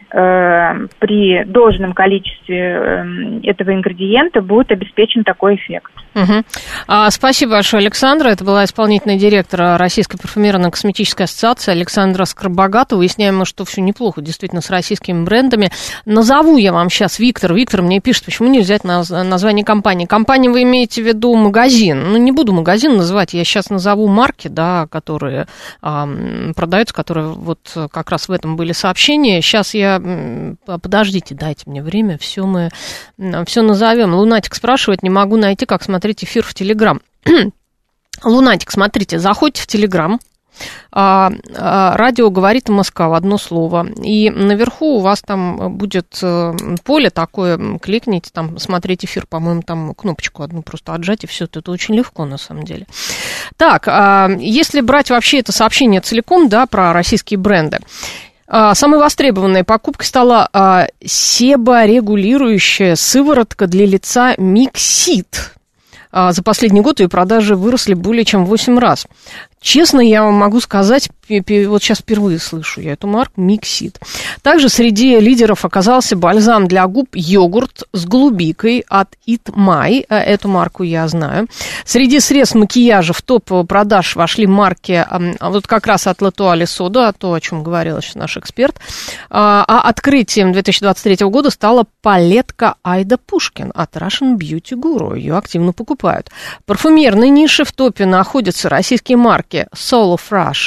S8: при должном количестве этого ингредиента будет обеспечен такой эффект.
S2: Угу. А, спасибо большое, Александра. Это была исполнительный директор Российской парфюмерно-косметической ассоциации Александра Скоробогатова. Выясняем, что все неплохо действительно с российскими брендами. Назову я вам сейчас Виктор. Виктор мне пишет, почему не взять название компании. Компания, вы имеете в виду магазин? Ну, не буду магазин называть, я сейчас назову марки, да, которые а, продаются, которые вот как раз в этом были сообщения. Сейчас я... Подождите, дайте мне время, все мы все назовем. Лунатик спрашивает, не могу найти, как смотреть эфир в Телеграм. Лунатик, смотрите, заходите в Телеграм. А, а, радио говорит Москва в одно слово. И наверху у вас там будет поле такое, кликните, там смотреть эфир, по-моему, там кнопочку одну просто отжать, и все, это очень легко на самом деле. Так, а, если брать вообще это сообщение целиком, да, про российские бренды. Самой востребованной покупкой стала а, себорегулирующая сыворотка для лица Миксит. А, за последний год ее продажи выросли более чем в восемь раз. Честно, я вам могу сказать, вот сейчас впервые слышу я эту марку, Миксит. Также среди лидеров оказался бальзам для губ йогурт с голубикой от Eat My. Эту марку я знаю. Среди средств макияжа в топ продаж вошли марки вот как раз от L'Etoile Soda, то, о чем говорил сейчас наш эксперт. А открытием две тысячи двадцать третьего года стала палетка Айда Пушкин от Russian Beauty Guru. Ее активно покупают. В парфюмерной нише в топе находятся российские марки Soul of Russia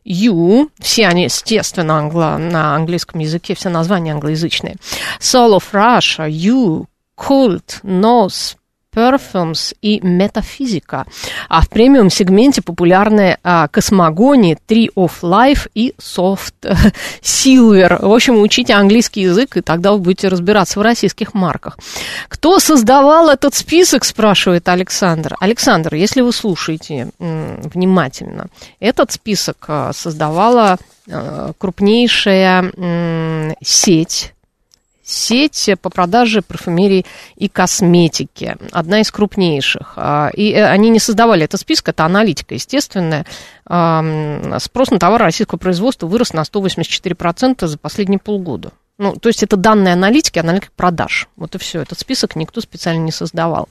S2: You, все они, естественно, англо, на английском языке, все названия англоязычные. Soul of Russia, You, Cult, Nose, Perfumes и Метафизика. А в премиум-сегменте популярны а, Космогония, Tree of Life и Soft Silver. В общем, учите английский язык, и тогда вы будете разбираться в российских марках. Кто создавал этот список, спрашивает Александр. Александр, если вы слушаете м, внимательно, этот список а, создавала а, крупнейшая м, сеть, Сеть по продаже парфюмерии и косметики, одна из крупнейших. И они не создавали этот список, это аналитика естественная. Спрос на товары российского производства вырос на сто восемьдесят четыре процента за последние полгода. Ну, то есть это данные аналитики, аналитика продаж. Вот и все. Этот список никто специально не создавал.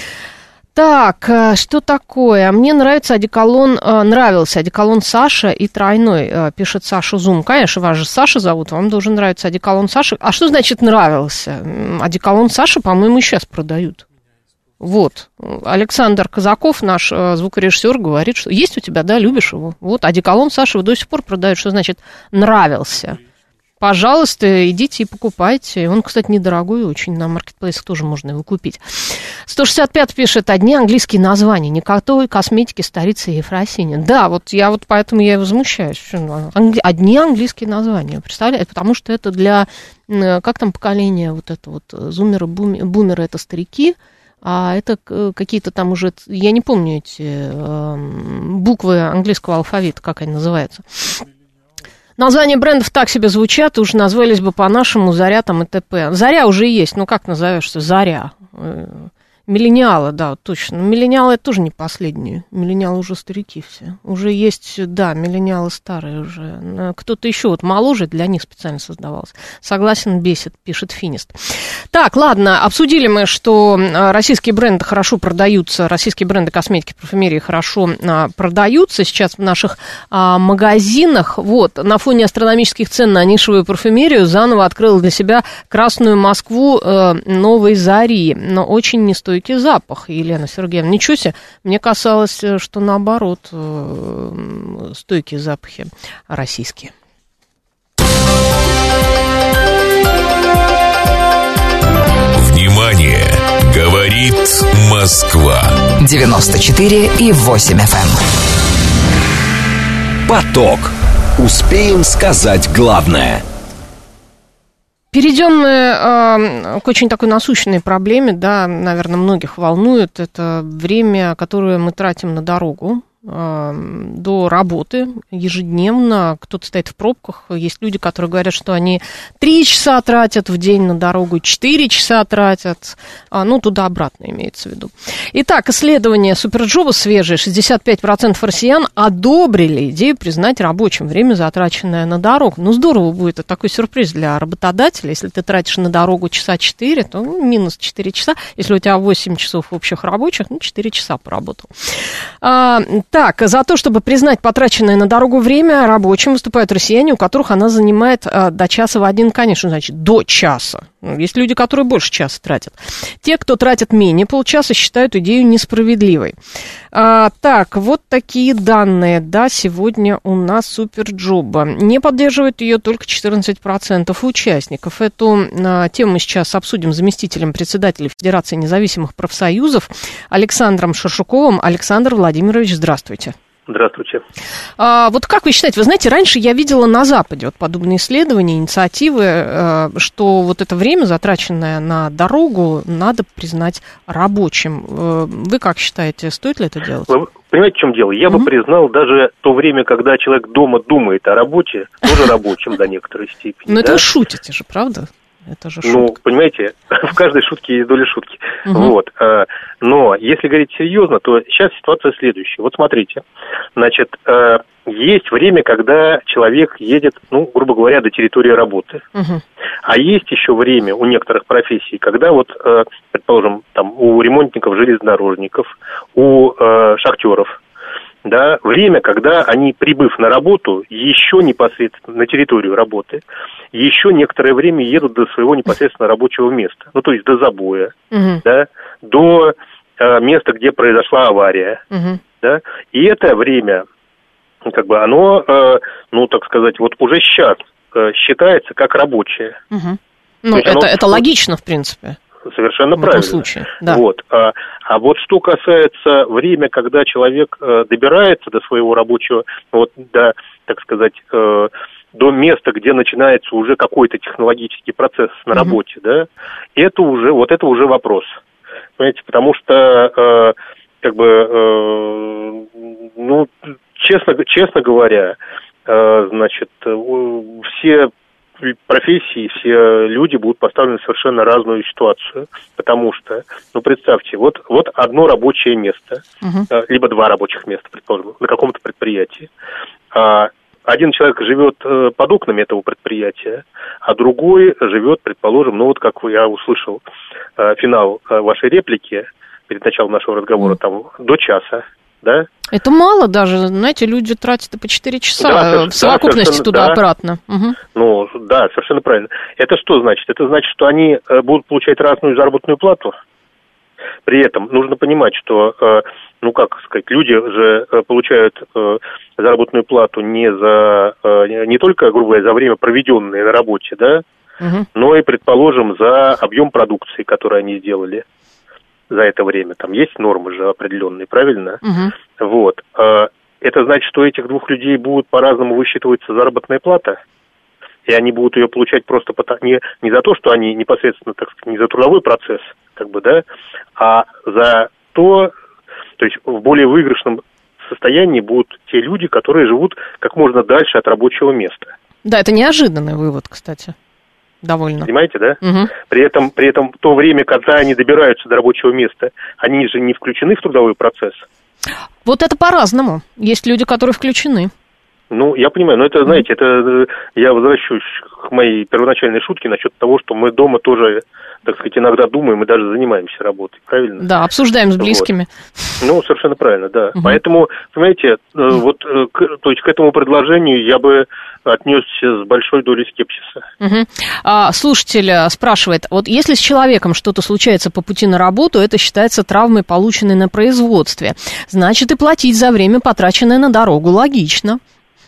S2: Так, что такое? Мне нравится одеколон, нравился одеколон Саша и тройной, пишет Саша Зум. Конечно, вас же Саша зовут, вам должен нравиться одеколон Саша. А что значит нравился? Одеколон Саша, по-моему, сейчас продают. Вот. Александр Казаков, наш звукорежиссер, говорит, что есть у тебя, да, любишь его. Вот, одеколон Саша до сих пор продают, что значит нравился. Пожалуйста, идите и покупайте. Он, кстати, недорогой очень, на маркетплейсах тоже можно его купить. сто шестьдесят пять пишет, одни английские названия, никакой косметики столицы Ефросинья. Да, вот я вот поэтому я и возмущаюсь. Англи... Одни английские названия, представляете? Потому что это для, как там поколение, вот это вот, зумеры, бумеры, бумеры это старики, а это какие-то там уже, я не помню эти буквы английского алфавита, как они называются. Названия брендов так себе звучат, уже назвались бы по-нашему Заря там и т.п. Заря уже есть, ну как назовешься? Заря. Миллениалы, да, точно. Миллениалы это тоже не последние. Миллениалы уже старики все. Уже есть, да, миллениалы старые уже. Кто-то еще вот моложе для них специально создавался. Согласен, бесит, пишет Финист. Так, ладно, обсудили мы, что российские бренды хорошо продаются, российские бренды косметики, парфюмерии хорошо а, продаются сейчас в наших а, магазинах. Вот, на фоне астрономических цен на нишевую парфюмерию заново открыла для себя Красную Москву а, Новой Зари. Но очень не стоит запах, Елена Сергеевна. Ничего себе, мне казалось, что наоборот, стойкие запахи российские.
S5: Внимание! Говорит Москва.
S6: девяносто четыре и восемь эф эм.
S1: Поток. Успеем сказать главное.
S2: Перейдем мы э, к очень такой насущной проблеме, да, наверное, многих волнует. Это время, которое мы тратим на дорогу э, до работы ежедневно. Кто-то стоит в пробках. Есть люди, которые говорят, что они три часа тратят в день на дорогу, четыре часа тратят. А, ну, туда-обратно имеется в виду. Итак, исследование Суперджоба свежее. шестьдесят пять процентов россиян одобрили идею признать рабочим время, затраченное на дорогу. Ну, здорово будет. Это такой сюрприз для работодателя. Если ты тратишь на дорогу часа четыре, то ну, минус четыре часа. Если у тебя восемь часов общих рабочих, ну, четыре часа поработал. А, так, за то, чтобы признать потраченное на дорогу время рабочим, выступают россияне, у которых она занимает а, до часа в один конец. Что значит до часа? Есть люди, которые больше часа тратят. Те, кто тратит менее полчаса, считают идею несправедливой. А, так, вот такие данные, да, сегодня у нас Суперджоба. Не поддерживает ее только четырнадцать процентов участников. Эту а, тему мы сейчас обсудим с заместителем председателя Федерации независимых профсоюзов Александром Шершуковым. Александр Владимирович, здравствуйте.
S9: Здравствуйте.
S2: А, вот как вы считаете, вы знаете, раньше я видела на Западе вот подобные исследования, инициативы, а, что вот это время, затраченное на дорогу, надо признать рабочим. Вы как считаете, стоит ли это делать?
S9: Вы понимаете, в чем дело? Я mm-hmm. бы признал даже то время, когда человек дома думает о работе, тоже рабочим до некоторой степени.
S2: Но это вы шутите же, правда? Это же шутка.
S9: Ну, понимаете, в каждой шутке есть доля шутки. Угу. Вот. Но если говорить серьезно, то сейчас ситуация следующая. Вот смотрите, значит, есть время, когда человек едет, ну, грубо говоря, до территории работы. Угу. А есть еще время у некоторых профессий, когда вот, предположим, там у ремонтников, железнодорожников, у шахтеров, да, время, когда они, прибыв на работу, еще непосредственно на территорию работы, еще некоторое время едут до своего непосредственно рабочего места. Ну, то есть до забоя, uh-huh. да, до э, места, где произошла авария. Uh-huh. Да, и это время как бы оно, э, ну, так сказать, вот уже сейчас э, считается как рабочее.
S2: Угу. Ну, это, оно... это логично, в принципе.
S9: Совершенно
S2: в
S9: правильно.
S2: этом случае, да.
S9: Вот. А, а вот что касается время, когда человек э, добирается до своего рабочего, вот, до, так сказать, э, до места, где начинается уже какой-то технологический процесс на mm-hmm. работе, да, это уже, вот это уже вопрос. Понимаете, потому что, э, как бы, э, ну, честно, честно говоря, э, значит, все профессии, все люди будут поставлены в совершенно разную ситуацию, потому что, ну, представьте, вот, вот одно рабочее место, uh-huh. либо два рабочих места, предположим, на каком-то предприятии. Один человек живет под окнами этого предприятия, а другой живет, предположим, ну, вот как я услышал финал вашей реплики перед началом нашего разговора, uh-huh. там, до часа, да?
S2: Это мало даже, знаете, люди тратят по четыре часа да, в совокупности да, туда-обратно. Да. Угу.
S9: Ну, да, совершенно правильно. Это что значит? Это значит, что они будут получать разную заработную плату. При этом нужно понимать, что, ну, как сказать, люди же получают заработную плату не за, не только, грубо говоря, за время, проведенное на работе, да, угу. но и, предположим, за объем продукции, который они сделали за это время. Там есть нормы же определенные, правильно? Угу. Вот. Это значит, что у этих двух людей будет по-разному высчитываться заработная плата, и они будут ее получать просто не, не за то, что они непосредственно, так сказать, не за трудовой процесс, как бы, да, а за то, то есть в более выигрышном состоянии будут те люди, которые живут как можно дальше от рабочего места.
S2: Да, это неожиданный вывод, кстати. Довольно.
S9: Понимаете, да?
S2: Угу.
S9: При этом, при этом то время, когда они добираются до рабочего места, они же не включены в трудовой процесс.
S2: Вот это по-разному. Есть люди, которые включены.
S9: Ну, я понимаю, но это, знаете, это я возвращусь к моей первоначальной шутке насчет того, что мы дома тоже, так сказать, иногда думаем и даже занимаемся работой, правильно?
S2: Да, обсуждаем с близкими.
S9: Вот. Ну, совершенно правильно, да. Угу. Поэтому, понимаете, вот, к, то есть к этому предложению я бы отнесся с большой долей скепсиса.
S2: Угу. А, слушатель спрашивает, вот если с человеком что-то случается по пути на работу, это считается травмой, полученной на производстве. Значит, и платить за время, потраченное на дорогу, логично.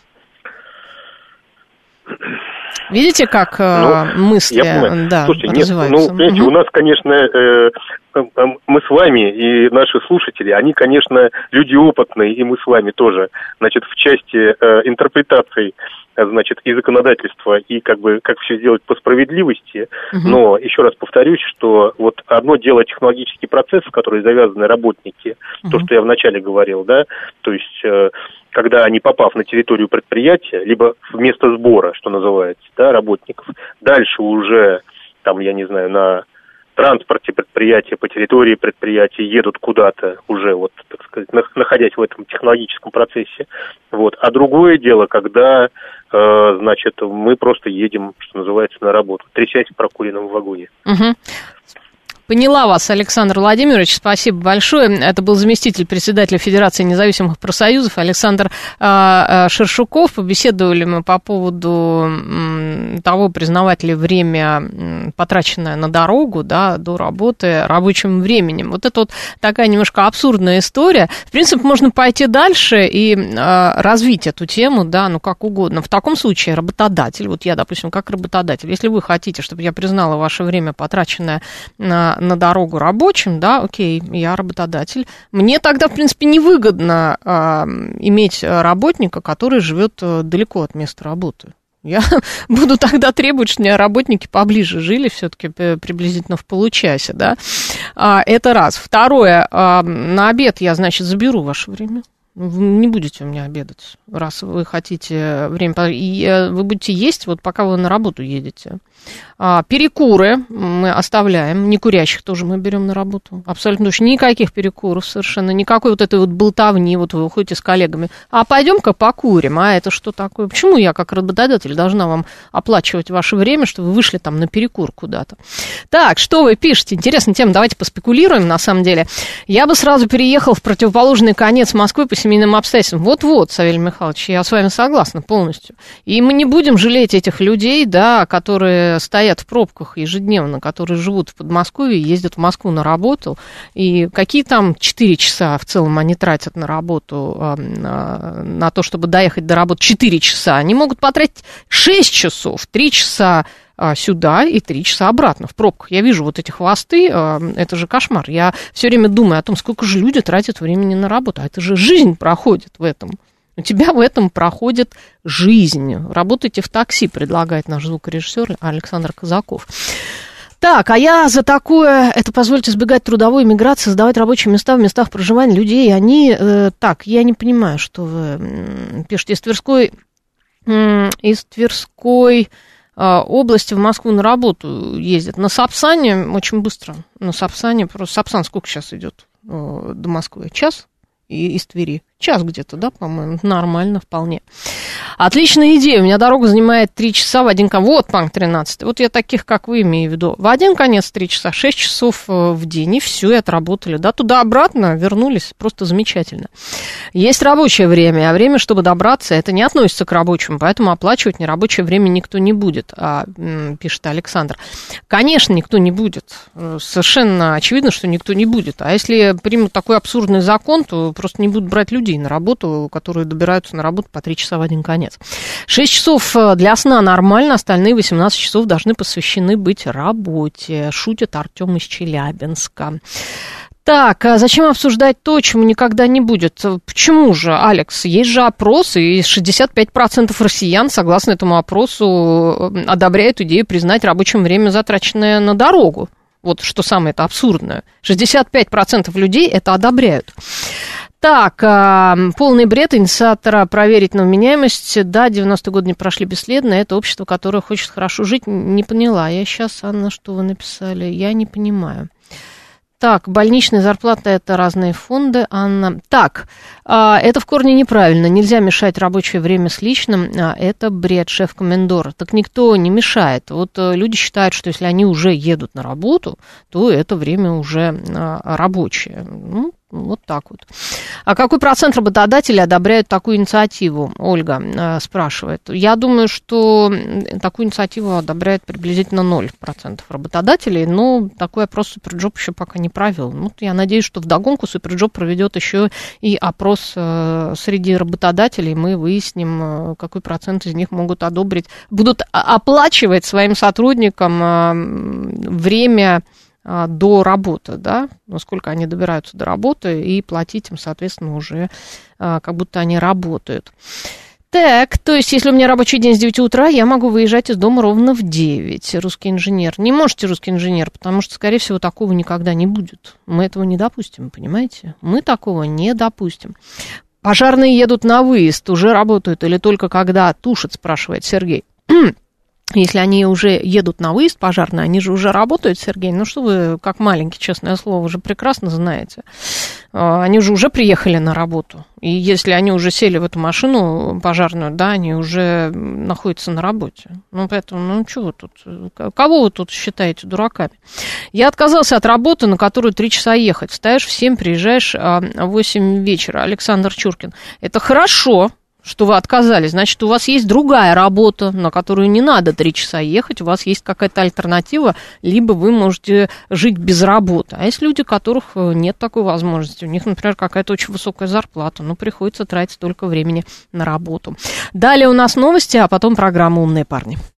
S2: Видите, как ну, мысли да,
S9: Слушайте,
S2: развиваются?
S9: Нет, ну, понимаете, угу. у нас, конечно, э, мы с вами и наши слушатели, они, конечно, люди опытные, и мы с вами тоже, значит, в части э, интерпретаций, значит, и законодательства, и как бы, как все сделать по справедливости, угу. но, еще раз повторюсь, что вот одно дело технологический процесс, в который завязаны работники, угу. то, что я вначале говорил, да, то есть... Э, когда они, попав на территорию предприятия, либо в место сбора, что называется, да, работников, дальше уже, там, я не знаю, на транспорте предприятия, по территории предприятия едут куда-то уже, вот, так сказать, находясь в этом технологическом процессе. Вот. А другое дело, когда, э, значит, мы просто едем, что называется, на работу, трясясь в прокуренном вагоне.
S2: Угу. Поняла вас, Александр Владимирович, спасибо большое. Это был заместитель председателя Федерации независимых профсоюзов Александр э, Шершуков. Побеседовали мы по поводу м, того, признавать ли время, м, потраченное на дорогу, да, до работы, рабочим временем. Вот это вот такая немножко абсурдная история. В принципе, можно пойти дальше и э, развить эту тему, да, ну как угодно. В таком случае работодатель, вот я, допустим, как работодатель, если вы хотите, чтобы я признала ваше время, потраченное на на дорогу рабочим, да, окей, я работодатель. Мне тогда, в принципе, невыгодно э, иметь работника, который живет далеко от места работы. Я буду тогда требовать, чтобы работники поближе жили, все-таки приблизительно в получасе, да. А, это раз. Второе, а, на обед я, значит, заберу ваше время. Вы не будете у меня обедать, раз вы хотите время. И вы будете есть, вот пока вы на работу едете. А, перекуры мы оставляем, некурящих тоже мы берем на работу. Абсолютно точно, никаких перекуров совершенно, никакой вот этой вот болтовни, вот вы уходите с коллегами. А пойдем-ка покурим, а это что такое? Почему я, как работодатель, должна вам оплачивать ваше время, чтобы вы вышли там на перекур куда-то? Так, что вы пишете? Интересная тема, давайте поспекулируем, на самом деле. Я бы сразу переехал в противоположный конец Москвы по семейным обстоятельствам. Вот-вот, Савелий Михайлович, я с вами согласна полностью. И мы не будем жалеть этих людей, да, которые стоят в пробках ежедневно, которые живут в Подмосковье, ездят в Москву на работу. И какие там четыре часа в целом они тратят на работу, на то, чтобы доехать до работы четыре часа. Они могут потратить шесть часов, три часа сюда и три часа обратно в пробках. Я вижу вот эти хвосты, это же кошмар. Я все время думаю о том, сколько же люди тратят времени на работу. А это же жизнь проходит в этом. У тебя в этом проходит жизнь. Работайте в такси, предлагает наш звукорежиссер Александр Казаков. Так, а я за такое, это позволит избегать трудовой миграции, создавать рабочие места в местах проживания людей. Они, э, так, я не понимаю, что вы пишете. Из Тверской, э, из Тверской области в Москву на работу ездят. На Сапсане очень быстро. На Сапсане, просто Сапсан сколько сейчас идет до Москвы? Час? И из Твери. Час где-то, да, по-моему, нормально вполне. Отличная идея. У меня дорога занимает три часа в один конец. Вот, Панк тринадцать. Вот я таких, как вы, имею в виду. В один конец три часа, шесть часов в день, и все, и отработали. Да, туда-обратно вернулись. Просто замечательно. Есть рабочее время, а время, чтобы добраться, это не относится к рабочему, поэтому оплачивать нерабочее время никто не будет, а, пишет Александр. Конечно, никто не будет. Совершенно очевидно, что никто не будет. А если примут такой абсурдный закон, то просто не будут брать людей на работу, которые добираются на работу по три часа в один конец. шесть часов для сна нормально, остальные восемнадцать часов должны посвящены быть работе, шутит Артем из Челябинска. Так, а зачем обсуждать то, чему никогда не будет? Почему же, Алекс? Есть же опрос, и шестьдесят пять процентов россиян, согласно этому опросу, одобряют идею признать рабочим время, затраченное на дорогу. Вот что самое-то абсурдное. шестьдесят пять процентов людей это одобряют. Так, полный бред инициатора проверить на вменяемость. Да, девяностые годы не прошли бесследно. Это общество, которое хочет хорошо жить. Не поняла. Я сейчас, Анна, что вы написали? Я не понимаю. Так, больничная зарплата – это разные фонды, Анна. Так, это в корне неправильно. Нельзя мешать рабочее время с личным. Это бред, шеф-комендор. Так никто не мешает. Вот люди считают, что если они уже едут на работу, то это время уже рабочее. Ну, вот так вот. А какой процент работодателей одобряют такую инициативу? Ольга э, спрашивает. Я думаю, что такую инициативу одобряет приблизительно ноль процентов работодателей, но такой опрос Суперджоп еще пока не провел. Ну, я надеюсь, что вдогонку Суперджоп проведет еще и опрос э, среди работодателей. Мы выясним, э, какой процент из них могут одобрить, будут оплачивать своим сотрудникам э, время до работы, да, насколько они добираются до работы, и платить им, соответственно, уже как будто они работают. Так, то есть, если у меня рабочий день с девяти утра, я могу выезжать из дома ровно в девять, русский инженер. Не можете, русский инженер, потому что, скорее всего, такого никогда не будет. Мы этого не допустим, понимаете? Мы такого не допустим. Пожарные едут на выезд, уже работают, или только когда тушат, спрашивает Сергей. Если они уже едут на выезд пожарные, они же уже работают, Сергей. Ну, что вы, как маленький, честное слово, уже прекрасно знаете. Они же уже приехали на работу. И если они уже сели в эту машину пожарную, да, они уже находятся на работе. Ну, поэтому, ну, что вы тут, кого вы тут считаете дураками? Я отказался от работы, на которую три часа ехать. Встаешь в семь, приезжаешь в восемь вечера. Александр Чуркин. Это хорошо, что вы отказались, значит, у вас есть другая работа, на которую не надо три часа ехать, у вас есть какая-то альтернатива, либо вы можете жить без работы. А есть люди, у которых нет такой возможности, у них, например, какая-то очень высокая зарплата, но приходится тратить столько времени на работу. Далее у нас новости, а потом программа «Умные парни».